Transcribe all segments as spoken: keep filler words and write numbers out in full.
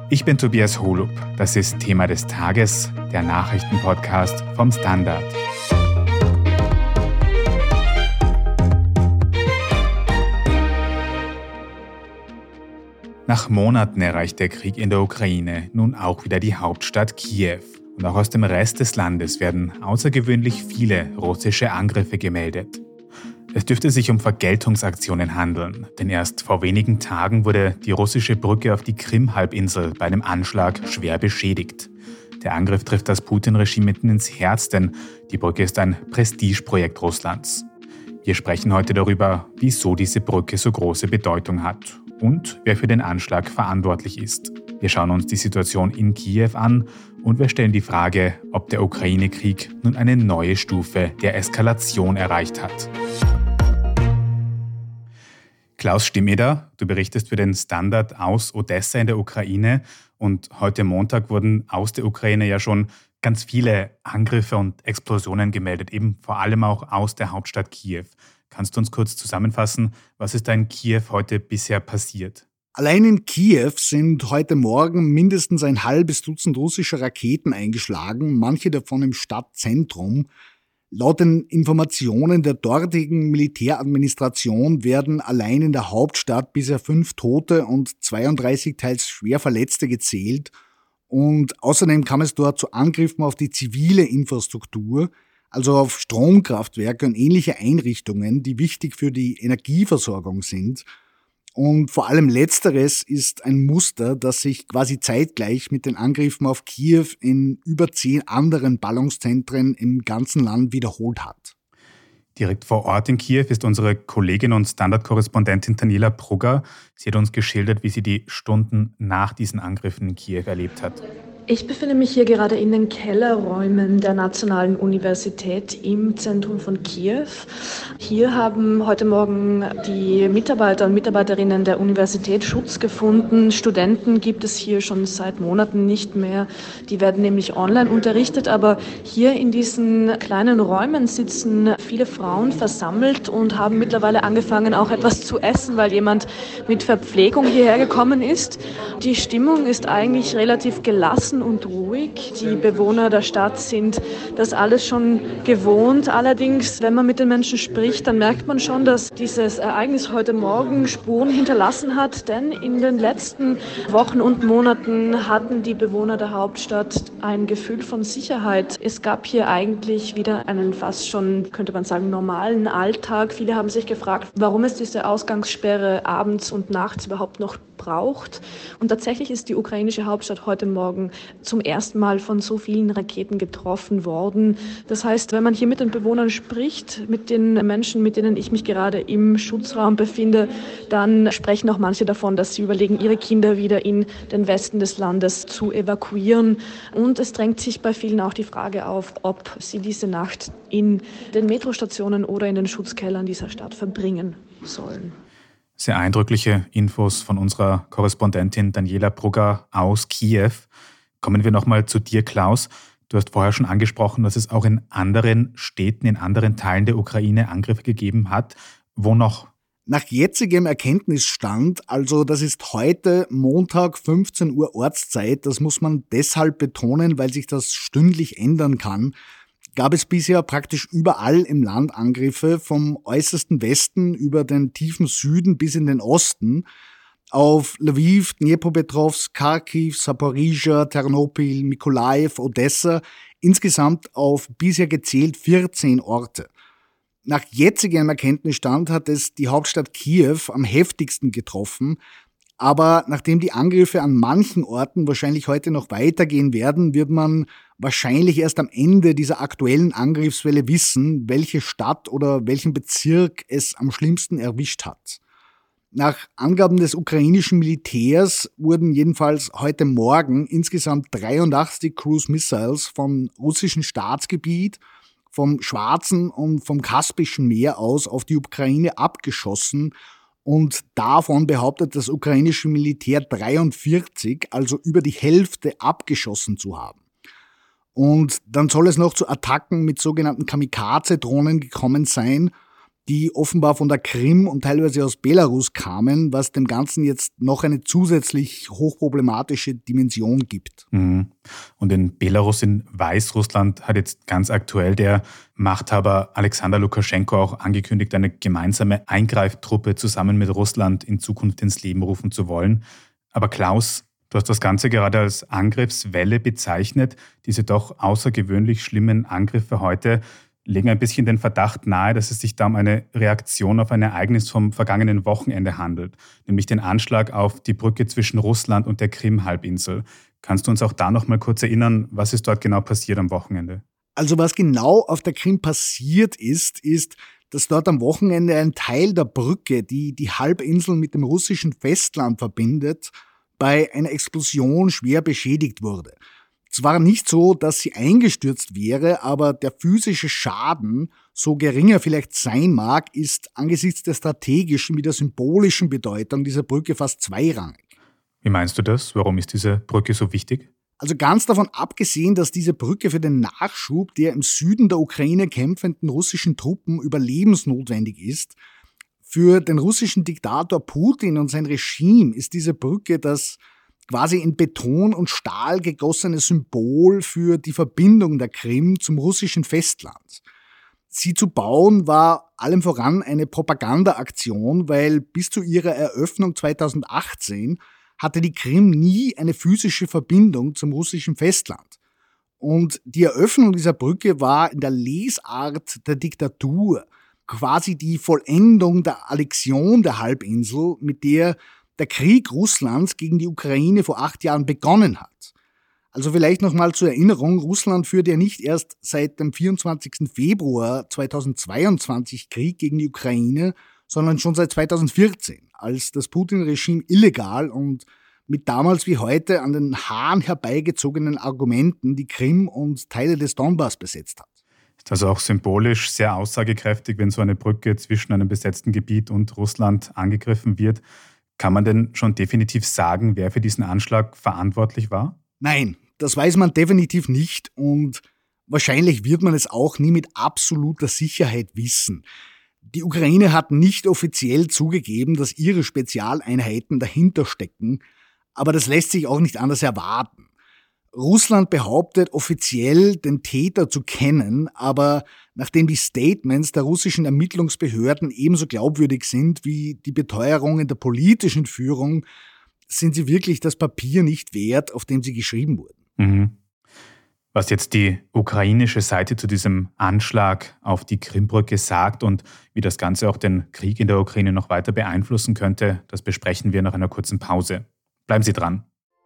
Ich bin Tobias Holub. Das ist Thema des Tages, der Nachrichtenpodcast vom Standard. Nach Monaten erreicht der Krieg in der Ukraine nun auch wieder die Hauptstadt Kiew. Und auch aus dem Rest des Landes werden außergewöhnlich viele russische Angriffe gemeldet. Es dürfte sich um Vergeltungsaktionen handeln, denn erst vor wenigen Tagen wurde die russische Brücke auf die Krim-Halbinsel bei einem Anschlag schwer beschädigt. Der Angriff trifft das Putin-Regime mitten ins Herz, denn die Brücke ist ein Prestigeprojekt Russlands. Wir sprechen heute darüber, wieso diese Brücke so große Bedeutung hat und wer für den Anschlag verantwortlich ist. Wir schauen uns die Situation in Kiew an und wir stellen die Frage, ob der Ukraine-Krieg nun eine neue Stufe der Eskalation erreicht hat. Klaus Stimmeder, du berichtest für den Standard aus Odessa in der Ukraine und heute Montag wurden aus der Ukraine ja schon ganz viele Angriffe und Explosionen gemeldet, eben vor allem auch aus der Hauptstadt Kiew. Kannst du uns kurz zusammenfassen, was ist da in Kiew heute bisher passiert? Allein in Kiew sind heute Morgen mindestens ein halbes Dutzend russischer Raketen eingeschlagen, manche davon im Stadtzentrum. Laut den Informationen der dortigen Militäradministration werden allein in der Hauptstadt bisher fünf Tote und zweiunddreißig teils schwer Verletzte gezählt. Und außerdem kam es dort zu Angriffen auf die zivile Infrastruktur, also auf Stromkraftwerke und ähnliche Einrichtungen, die wichtig für die Energieversorgung sind. Und vor allem Letzteres ist ein Muster, das sich quasi zeitgleich mit den Angriffen auf Kiew in über zehn anderen Ballungszentren im ganzen Land wiederholt hat. Direkt vor Ort in Kiew ist unsere Kollegin und Standardkorrespondentin Daniela Brugger. Sie hat uns geschildert, wie sie die Stunden nach diesen Angriffen in Kiew erlebt hat. Ich befinde mich hier gerade in den Kellerräumen der Nationalen Universität im Zentrum von Kiew. Hier haben heute Morgen die Mitarbeiter und Mitarbeiterinnen der Universität Schutz gefunden. Studenten gibt es hier schon seit Monaten nicht mehr. Die werden nämlich online unterrichtet, aber hier in diesen kleinen Räumen sitzen viele Frauen versammelt und haben mittlerweile angefangen, auch etwas zu essen, weil jemand mit Verpflegung hierher gekommen ist. Die Stimmung ist eigentlich relativ gelassen und ruhig. Die Bewohner der Stadt sind das alles schon gewohnt. Allerdings, wenn man mit den Menschen spricht, dann merkt man schon, dass dieses Ereignis heute Morgen Spuren hinterlassen hat. Denn in den letzten Wochen und Monaten hatten die Bewohner der Hauptstadt ein Gefühl von Sicherheit. Es gab hier eigentlich wieder einen fast schon, könnte man sagen, normalen Alltag. Viele haben sich gefragt, warum es diese Ausgangssperre abends und nachts überhaupt noch braucht. Und tatsächlich ist die ukrainische Hauptstadt heute Morgen zum ersten Mal von so vielen Raketen getroffen worden. Das heißt, wenn man hier mit den Bewohnern spricht, mit den Menschen, mit denen ich mich gerade im Schutzraum befinde, dann sprechen auch manche davon, dass sie überlegen, ihre Kinder wieder in den Westen des Landes zu evakuieren. Und es drängt sich bei vielen auch die Frage auf, ob sie diese Nacht in den Metrostationen oder in den Schutzkellern dieser Stadt verbringen sollen. Sehr eindrückliche Infos von unserer Korrespondentin Daniela Brugger aus Kiew. Kommen wir nochmal zu dir, Klaus. Du hast vorher schon angesprochen, dass es auch in anderen Städten, in anderen Teilen der Ukraine Angriffe gegeben hat. Wo noch? Nach jetzigem Erkenntnisstand, also das ist heute Montag fünfzehn Uhr Ortszeit, das muss man deshalb betonen, weil sich das stündlich ändern kann, gab es bisher praktisch überall im Land Angriffe, vom äußersten Westen über den tiefen Süden bis in den Osten, auf Lviv, Dnipropetrovsk, Kharkiv, Saporizhia, Ternopil, Mykolajiw, Odessa, insgesamt auf bisher gezählt vierzehn Orte. Nach jetzigem Erkenntnisstand hat es die Hauptstadt Kiew am heftigsten getroffen, aber nachdem die Angriffe an manchen Orten wahrscheinlich heute noch weitergehen werden, wird man wahrscheinlich erst am Ende dieser aktuellen Angriffswelle wissen, welche Stadt oder welchen Bezirk es am schlimmsten erwischt hat. Nach Angaben des ukrainischen Militärs wurden jedenfalls heute Morgen insgesamt dreiundachtzig Cruise Missiles vom russischen Staatsgebiet, vom Schwarzen und vom Kaspischen Meer aus auf die Ukraine abgeschossen und davon behauptet das ukrainische Militär dreiundvierzig, also über die Hälfte, abgeschossen zu haben. Und dann soll es noch zu Attacken mit sogenannten Kamikaze-Drohnen gekommen sein. die offenbar von der Krim und teilweise aus Belarus kamen, was dem Ganzen jetzt noch eine zusätzlich hochproblematische Dimension gibt. Mhm. Und in Belarus, in Weißrussland, hat jetzt ganz aktuell der Machthaber Alexander Lukaschenko auch angekündigt, eine gemeinsame Eingreiftruppe zusammen mit Russland in Zukunft ins Leben rufen zu wollen. Aber Klaus, du hast das Ganze gerade als Angriffswelle bezeichnet. Diese doch außergewöhnlich schlimmen Angriffe heute legen ein bisschen den Verdacht nahe, dass es sich da um eine Reaktion auf ein Ereignis vom vergangenen Wochenende handelt, nämlich den Anschlag auf die Brücke zwischen Russland und der Krim-Halbinsel. Kannst du uns auch da noch mal kurz erinnern, was ist dort genau passiert am Wochenende? Also was genau auf der Krim passiert ist, ist, dass dort am Wochenende ein Teil der Brücke, die die Halbinsel mit dem russischen Festland verbindet, bei einer Explosion schwer beschädigt wurde. Es war nicht so, dass sie eingestürzt wäre, aber der physische Schaden, so gering er vielleicht sein mag, ist angesichts der strategischen wie der symbolischen Bedeutung dieser Brücke fast zweirangig. Wie meinst du das? Warum ist diese Brücke so wichtig? Also ganz davon abgesehen, dass diese Brücke für den Nachschub der im Süden der Ukraine kämpfenden russischen Truppen überlebensnotwendig ist, für den russischen Diktator Putin und sein Regime ist diese Brücke das quasi in Beton und Stahl gegossene Symbol für die Verbindung der Krim zum russischen Festland. Sie zu bauen war allem voran eine Propagandaaktion, weil bis zu ihrer Eröffnung zweitausendachtzehn hatte die Krim nie eine physische Verbindung zum russischen Festland. Und die Eröffnung dieser Brücke war in der Lesart der Diktatur quasi die Vollendung der Annexion der Halbinsel, mit der der Krieg Russlands gegen die Ukraine vor acht Jahren begonnen hat. Also vielleicht nochmal zur Erinnerung, Russland führt ja nicht erst seit dem vierundzwanzigsten Februar zweitausendzweiundzwanzig Krieg gegen die Ukraine, sondern schon seit zweitausendvierzehn, als das Putin-Regime illegal und mit damals wie heute an den Haaren herbeigezogenen Argumenten die Krim und Teile des Donbass besetzt hat. Ist also auch symbolisch sehr aussagekräftig, wenn so eine Brücke zwischen einem besetzten Gebiet und Russland angegriffen wird. Kann man denn schon definitiv sagen, wer für diesen Anschlag verantwortlich war? Nein, das weiß man definitiv nicht und wahrscheinlich wird man es auch nie mit absoluter Sicherheit wissen. Die Ukraine hat nicht offiziell zugegeben, dass ihre Spezialeinheiten dahinter stecken, aber das lässt sich auch nicht anders erwarten. Russland behauptet offiziell, den Täter zu kennen, aber nachdem die Statements der russischen Ermittlungsbehörden ebenso glaubwürdig sind wie die Beteuerungen der politischen Führung, sind sie wirklich das Papier nicht wert, auf dem sie geschrieben wurden. Mhm. Was jetzt die ukrainische Seite zu diesem Anschlag auf die Krimbrücke sagt und wie das Ganze auch den Krieg in der Ukraine noch weiter beeinflussen könnte, das besprechen wir nach einer kurzen Pause. Bleiben Sie dran.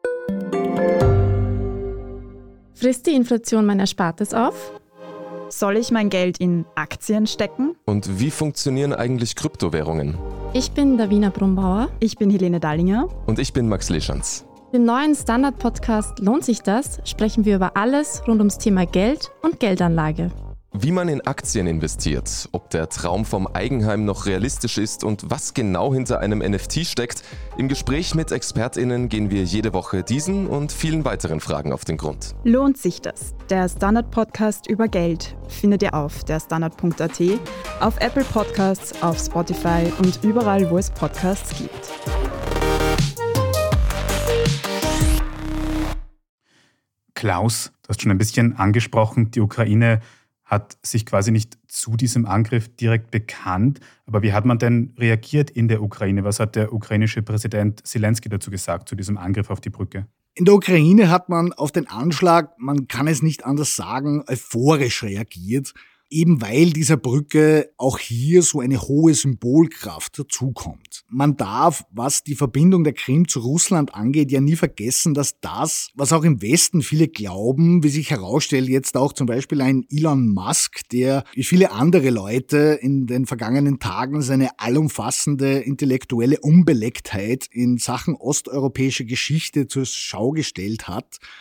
Frisst die Inflation mein Erspartes auf? Soll ich mein Geld in Aktien stecken? Und wie funktionieren eigentlich Kryptowährungen? Ich bin Davina Brumbauer. Ich bin Helene Dallinger. Und ich bin Max Leschanz. Im neuen Standard-Podcast Lohnt sich das? Sprechen wir über alles rund ums Thema Geld und Geldanlage. Wie man in Aktien investiert, ob der Traum vom Eigenheim noch realistisch ist und was genau hinter einem N F T steckt. Im Gespräch mit ExpertInnen gehen wir jede Woche diesen und vielen weiteren Fragen auf den Grund. Lohnt sich das? Der Standard-Podcast über Geld findet ihr auf der standard punkt a t, auf Apple Podcasts, auf Spotify und überall, wo es Podcasts gibt. Klaus, du hast schon ein bisschen angesprochen, die Ukraine hat sich quasi nicht zu diesem Angriff direkt bekannt. Aber wie hat man denn reagiert in der Ukraine? Was hat der ukrainische Präsident Zelensky dazu gesagt, zu diesem Angriff auf die Brücke? In der Ukraine hat man auf den Anschlag, man kann es nicht anders sagen, euphorisch reagiert, eben weil dieser Brücke auch hier so eine hohe Symbolkraft dazukommt. Man darf, was die Verbindung der Krim zu Russland angeht, ja nie vergessen, dass das, was auch im Westen viele glauben, wie sich herausstellt, jetzt auch zum Beispiel ein Elon Musk, der wie viele andere Leute in den vergangenen Tagen seine allumfassende intellektuelle Unbelecktheit in Sachen osteuropäischer Geschichte zur Schau gestellt hat,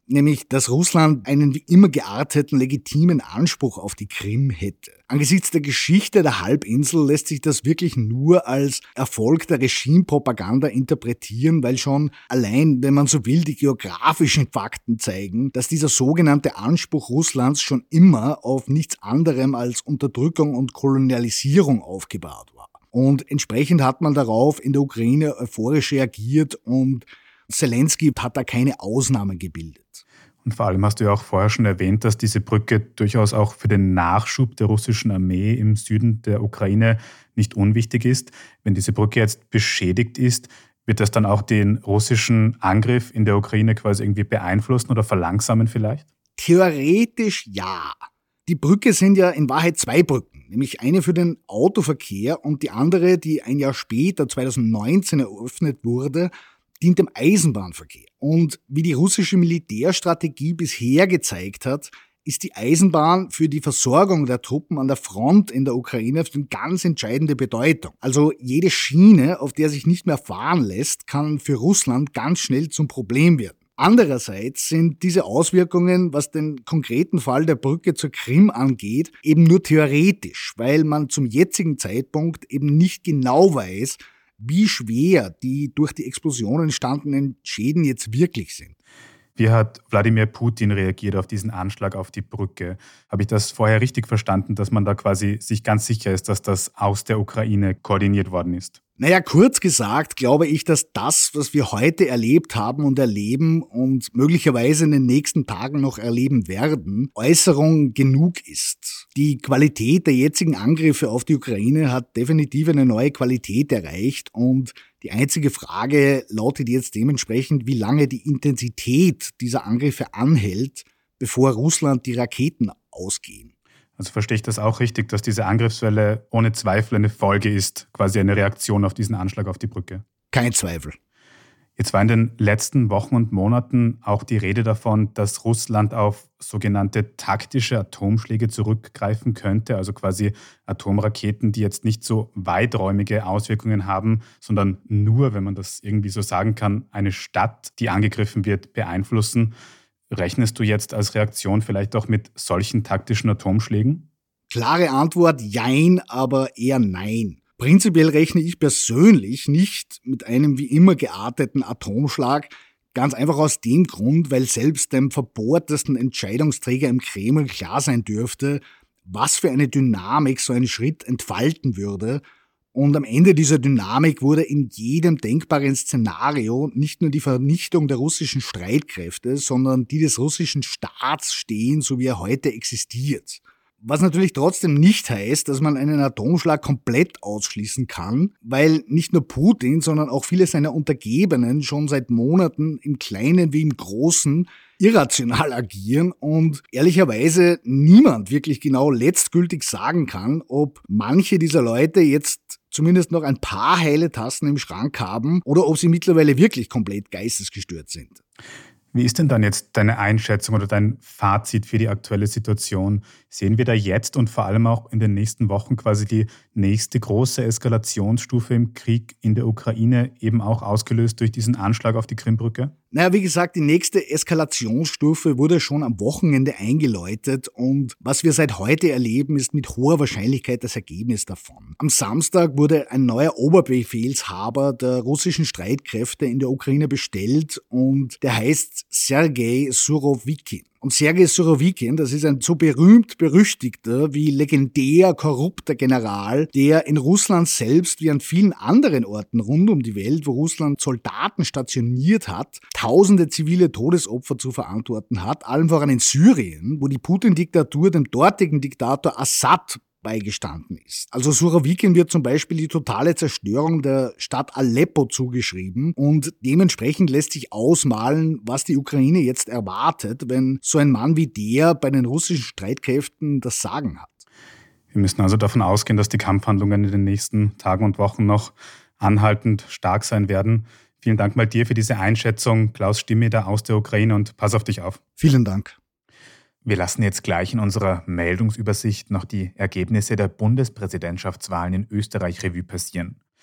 nämlich dass Russland einen wie immer gearteten legitimen Anspruch auf die Krim hätte. Angesichts der Geschichte der Halbinsel lässt sich das wirklich nur als Erfolg der Regimepropaganda interpretieren, weil schon allein, wenn man so will, die geografischen Fakten zeigen, dass dieser sogenannte Anspruch Russlands schon immer auf nichts anderem als Unterdrückung und Kolonialisierung aufgebaut war. Und entsprechend hat man darauf in der Ukraine euphorisch reagiert und Zelensky hat da keine Ausnahmen gebildet. Und vor allem hast du ja auch vorher schon erwähnt, dass diese Brücke durchaus auch für den Nachschub der russischen Armee im Süden der Ukraine nicht unwichtig ist. Wenn diese Brücke jetzt beschädigt ist, wird das dann auch den russischen Angriff in der Ukraine quasi irgendwie beeinflussen oder verlangsamen vielleicht? Theoretisch ja. Die Brücke sind ja in Wahrheit zwei Brücken, nämlich eine für den Autoverkehr und die andere, die ein Jahr später, zweitausendneunzehn, eröffnet wurde, dient dem Eisenbahnverkehr. Und wie die russische Militärstrategie bisher gezeigt hat, ist die Eisenbahn für die Versorgung der Truppen an der Front in der Ukraine von ganz entscheidende Bedeutung. Also jede Schiene, auf der sich nicht mehr fahren lässt, kann für Russland ganz schnell zum Problem werden. Andererseits sind diese Auswirkungen, was den konkreten Fall der Brücke zur Krim angeht, eben nur theoretisch, weil man zum jetzigen Zeitpunkt eben nicht genau weiß, wie schwer die durch die Explosion entstandenen Schäden jetzt wirklich sind. Wie hat Wladimir Putin reagiert auf diesen Anschlag auf die Brücke? Habe ich das vorher richtig verstanden, dass man da quasi sich ganz sicher ist, dass das aus der Ukraine koordiniert worden ist? Naja, kurz gesagt glaube ich, dass das, was wir heute erlebt haben und erleben und möglicherweise in den nächsten Tagen noch erleben werden, Äußerung genug ist. Die Qualität der jetzigen Angriffe auf die Ukraine hat definitiv eine neue Qualität erreicht und die einzige Frage lautet jetzt dementsprechend, wie lange die Intensität dieser Angriffe anhält, bevor Russland die Raketen ausgehen. Also verstehe ich das auch richtig, dass diese Angriffswelle ohne Zweifel eine Folge ist, quasi eine Reaktion auf diesen Anschlag auf die Brücke? Kein Zweifel. Jetzt war in den letzten Wochen und Monaten auch die Rede davon, dass Russland auf sogenannte taktische Atomschläge zurückgreifen könnte, also quasi Atomraketen, die jetzt nicht so weiträumige Auswirkungen haben, sondern nur, wenn man das irgendwie so sagen kann, eine Stadt, die angegriffen wird, beeinflussen. Rechnest du jetzt als Reaktion vielleicht auch mit solchen taktischen Atomschlägen? Klare Antwort, jein, aber eher nein. Prinzipiell rechne ich persönlich nicht mit einem wie immer gearteten Atomschlag, ganz einfach aus dem Grund, weil selbst dem verbohrtesten Entscheidungsträger im Kreml klar sein dürfte, was für eine Dynamik so ein Schritt entfalten würde. Und am Ende dieser Dynamik wurde in jedem denkbaren Szenario nicht nur die Vernichtung der russischen Streitkräfte, sondern die des russischen Staats stehen, so wie er heute existiert. Was natürlich trotzdem nicht heißt, dass man einen Atomschlag komplett ausschließen kann, weil nicht nur Putin, sondern auch viele seiner Untergebenen schon seit Monaten im Kleinen wie im Großen irrational agieren und ehrlicherweise niemand wirklich genau letztgültig sagen kann, ob manche dieser Leute jetzt zumindest noch ein paar heile Tassen im Schrank haben oder ob sie mittlerweile wirklich komplett geistesgestört sind. Wie ist denn dann jetzt deine Einschätzung oder dein Fazit für die aktuelle Situation? Sehen wir da jetzt und vor allem auch in den nächsten Wochen quasi die nächste große Eskalationsstufe im Krieg in der Ukraine, eben auch ausgelöst durch diesen Anschlag auf die Krimbrücke? Naja, wie gesagt, die nächste Eskalationsstufe wurde schon am Wochenende eingeläutet und was wir seit heute erleben, ist mit hoher Wahrscheinlichkeit das Ergebnis davon. Am Samstag wurde ein neuer Oberbefehlshaber der russischen Streitkräfte in der Ukraine bestellt und der heißt Sergei Surowikin. Und Sergei Surowikin, das ist ein so berühmt-berüchtigter wie legendär korrupter General, der in Russland selbst wie an vielen anderen Orten rund um die Welt, wo Russland Soldaten stationiert hat, tausende zivile Todesopfer zu verantworten hat, allen voran in Syrien, wo die Putin-Diktatur dem dortigen Diktator Assad beigestanden ist. Also Surowikin wird zum Beispiel die totale Zerstörung der Stadt Aleppo zugeschrieben und dementsprechend lässt sich ausmalen, was die Ukraine jetzt erwartet, wenn so ein Mann wie der bei den russischen Streitkräften das Sagen hat. Wir müssen also davon ausgehen, dass die Kampfhandlungen in den nächsten Tagen und Wochen noch anhaltend stark sein werden. Vielen Dank mal dir für diese Einschätzung, Klaus Stimmeder aus der Ukraine, und pass auf dich auf. Vielen Dank. Wir lassen jetzt gleich in unserer Meldungsübersicht noch die Ergebnisse der Bundespräsidentschaftswahlen in Österreich Revue passieren.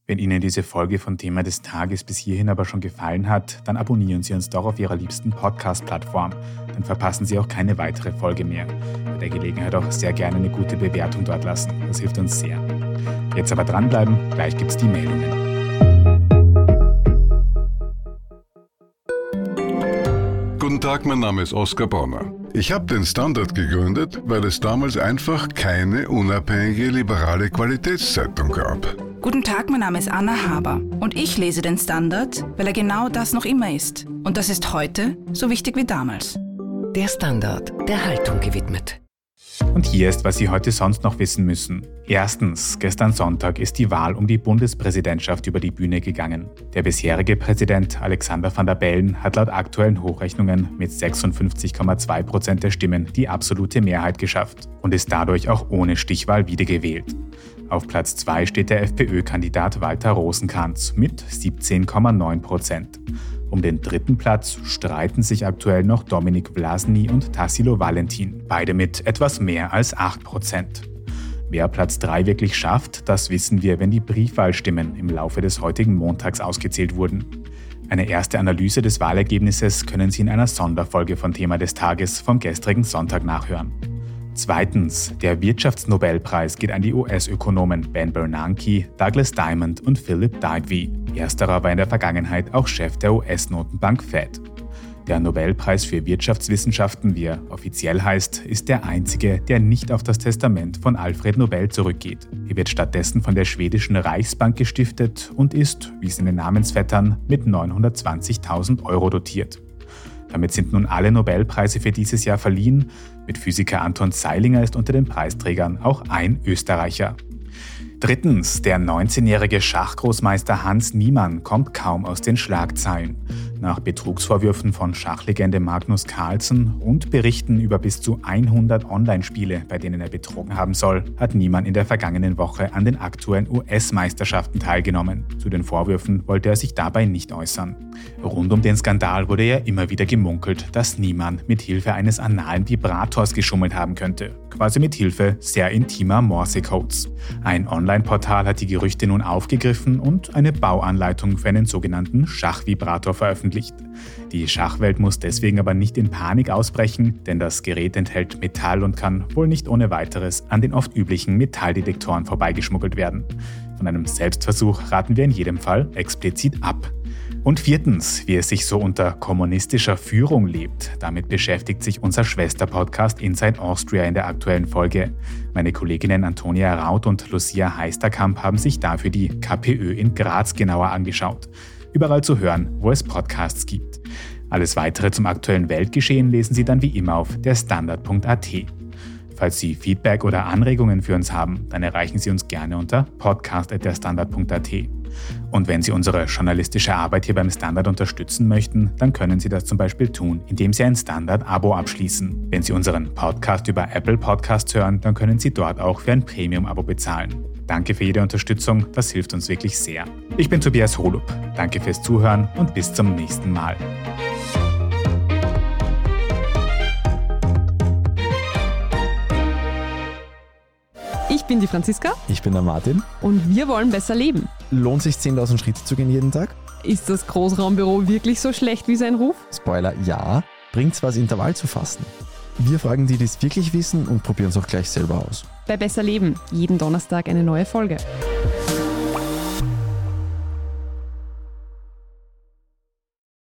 Wenn Ihnen diese Folge von Thema des Tages bis hierhin aber schon gefallen hat, dann abonnieren Sie uns doch auf Ihrer liebsten Podcast-Plattform. Dann verpassen Sie auch keine weitere Folge mehr. Bei der Gelegenheit auch sehr gerne eine gute Bewertung dort lassen. Das hilft uns sehr. Jetzt aber dranbleiben, gleich gibt's die Meldungen. Guten Tag, mein Name ist Oskar Bonner. Ich habe den Standard gegründet, weil es damals einfach keine unabhängige liberale Qualitätszeitung gab. Guten Tag, mein Name ist Anna Haber und ich lese den Standard, weil er genau das noch immer ist. Und das ist heute so wichtig wie damals. Der Standard, der Haltung gewidmet. Und hier ist, was Sie heute sonst noch wissen müssen. Erstens, gestern Sonntag ist die Wahl um die Bundespräsidentschaft über die Bühne gegangen. Der bisherige Präsident Alexander Van der Bellen hat laut aktuellen Hochrechnungen mit sechsundfünfzig Komma zwei Prozent der Stimmen die absolute Mehrheit geschafft und ist dadurch auch ohne Stichwahl wiedergewählt. Auf Platz zwei steht der FPÖ-Kandidat Walter Rosenkranz mit siebzehn Komma neun Prozent. Um den dritten Platz streiten sich aktuell noch Dominik Vlasny und Tassilo Valentin, beide mit etwas mehr als acht Prozent. Wer Platz drei wirklich schafft, das wissen wir, wenn die Briefwahlstimmen im Laufe des heutigen Montags ausgezählt wurden. Eine erste Analyse des Wahlergebnisses können Sie in einer Sonderfolge von Thema des Tages vom gestrigen Sonntag nachhören. Zweitens, der Wirtschaftsnobelpreis geht an die U S-Ökonomen Ben Bernanke, Douglas Diamond und Philip Divey. Ersterer war in der Vergangenheit auch Chef der U S-Notenbank Fed. Der Nobelpreis für Wirtschaftswissenschaften, wie er offiziell heißt, ist der einzige, der nicht auf das Testament von Alfred Nobel zurückgeht. Er wird stattdessen von der schwedischen Reichsbank gestiftet und ist, wie es in den Namensvettern, mit neunhundertzwanzigtausend Euro dotiert. Damit sind nun alle Nobelpreise für dieses Jahr verliehen. Mit Physiker Anton Zeilinger ist unter den Preisträgern auch ein Österreicher. Drittens, der neunzehnjährige Schachgroßmeister Hans Niemann kommt kaum aus den Schlagzeilen. Nach Betrugsvorwürfen von Schachlegende Magnus Carlsen und Berichten über bis zu hundert Online-Spiele, bei denen er betrogen haben soll, hat Niemann in der vergangenen Woche an den aktuellen U S-Meisterschaften teilgenommen. Zu den Vorwürfen wollte er sich dabei nicht äußern. Rund um den Skandal wurde ja immer wieder gemunkelt, dass Niemann mit Hilfe eines analen Vibrators geschummelt haben könnte. Quasi mit Hilfe sehr intimer Morse-Codes. Ein Online-Portal hat die Gerüchte nun aufgegriffen und eine Bauanleitung für einen sogenannten Schachvibrator veröffentlicht. Die Schachwelt muss deswegen aber nicht in Panik ausbrechen, denn das Gerät enthält Metall und kann wohl nicht ohne weiteres an den oft üblichen Metalldetektoren vorbeigeschmuggelt werden. Von einem Selbstversuch raten wir in jedem Fall explizit ab. Und viertens, wie es sich so unter kommunistischer Führung lebt. Damit beschäftigt sich unser Schwesterpodcast Inside Austria in der aktuellen Folge. Meine Kolleginnen Antonia Raut und Lucia Heisterkamp haben sich dafür die KPÖ in Graz genauer angeschaut. Überall zu hören, wo es Podcasts gibt. Alles Weitere zum aktuellen Weltgeschehen lesen Sie dann wie immer auf der standard punkt a t. Falls Sie Feedback oder Anregungen für uns haben, dann erreichen Sie uns gerne unter podcast at der standard punkt a t. Und wenn Sie unsere journalistische Arbeit hier beim Standard unterstützen möchten, dann können Sie das zum Beispiel tun, indem Sie ein Standard-Abo abschließen. Wenn Sie unseren Podcast über Apple Podcasts hören, dann können Sie dort auch für ein Premium-Abo bezahlen. Danke für jede Unterstützung, das hilft uns wirklich sehr. Ich bin Tobias Holub. Danke fürs Zuhören und bis zum nächsten Mal. Ich bin die Franziska. Ich bin der Martin. Und wir wollen besser leben. Lohnt sich zehntausend Schritte zu gehen jeden Tag? Ist das Großraumbüro wirklich so schlecht wie sein Ruf? Spoiler, ja. Bringt's was, Intervall zu fasten? Wir fragen die, die es wirklich wissen und probieren es auch gleich selber aus. Bei Besser Leben, jeden Donnerstag eine neue Folge.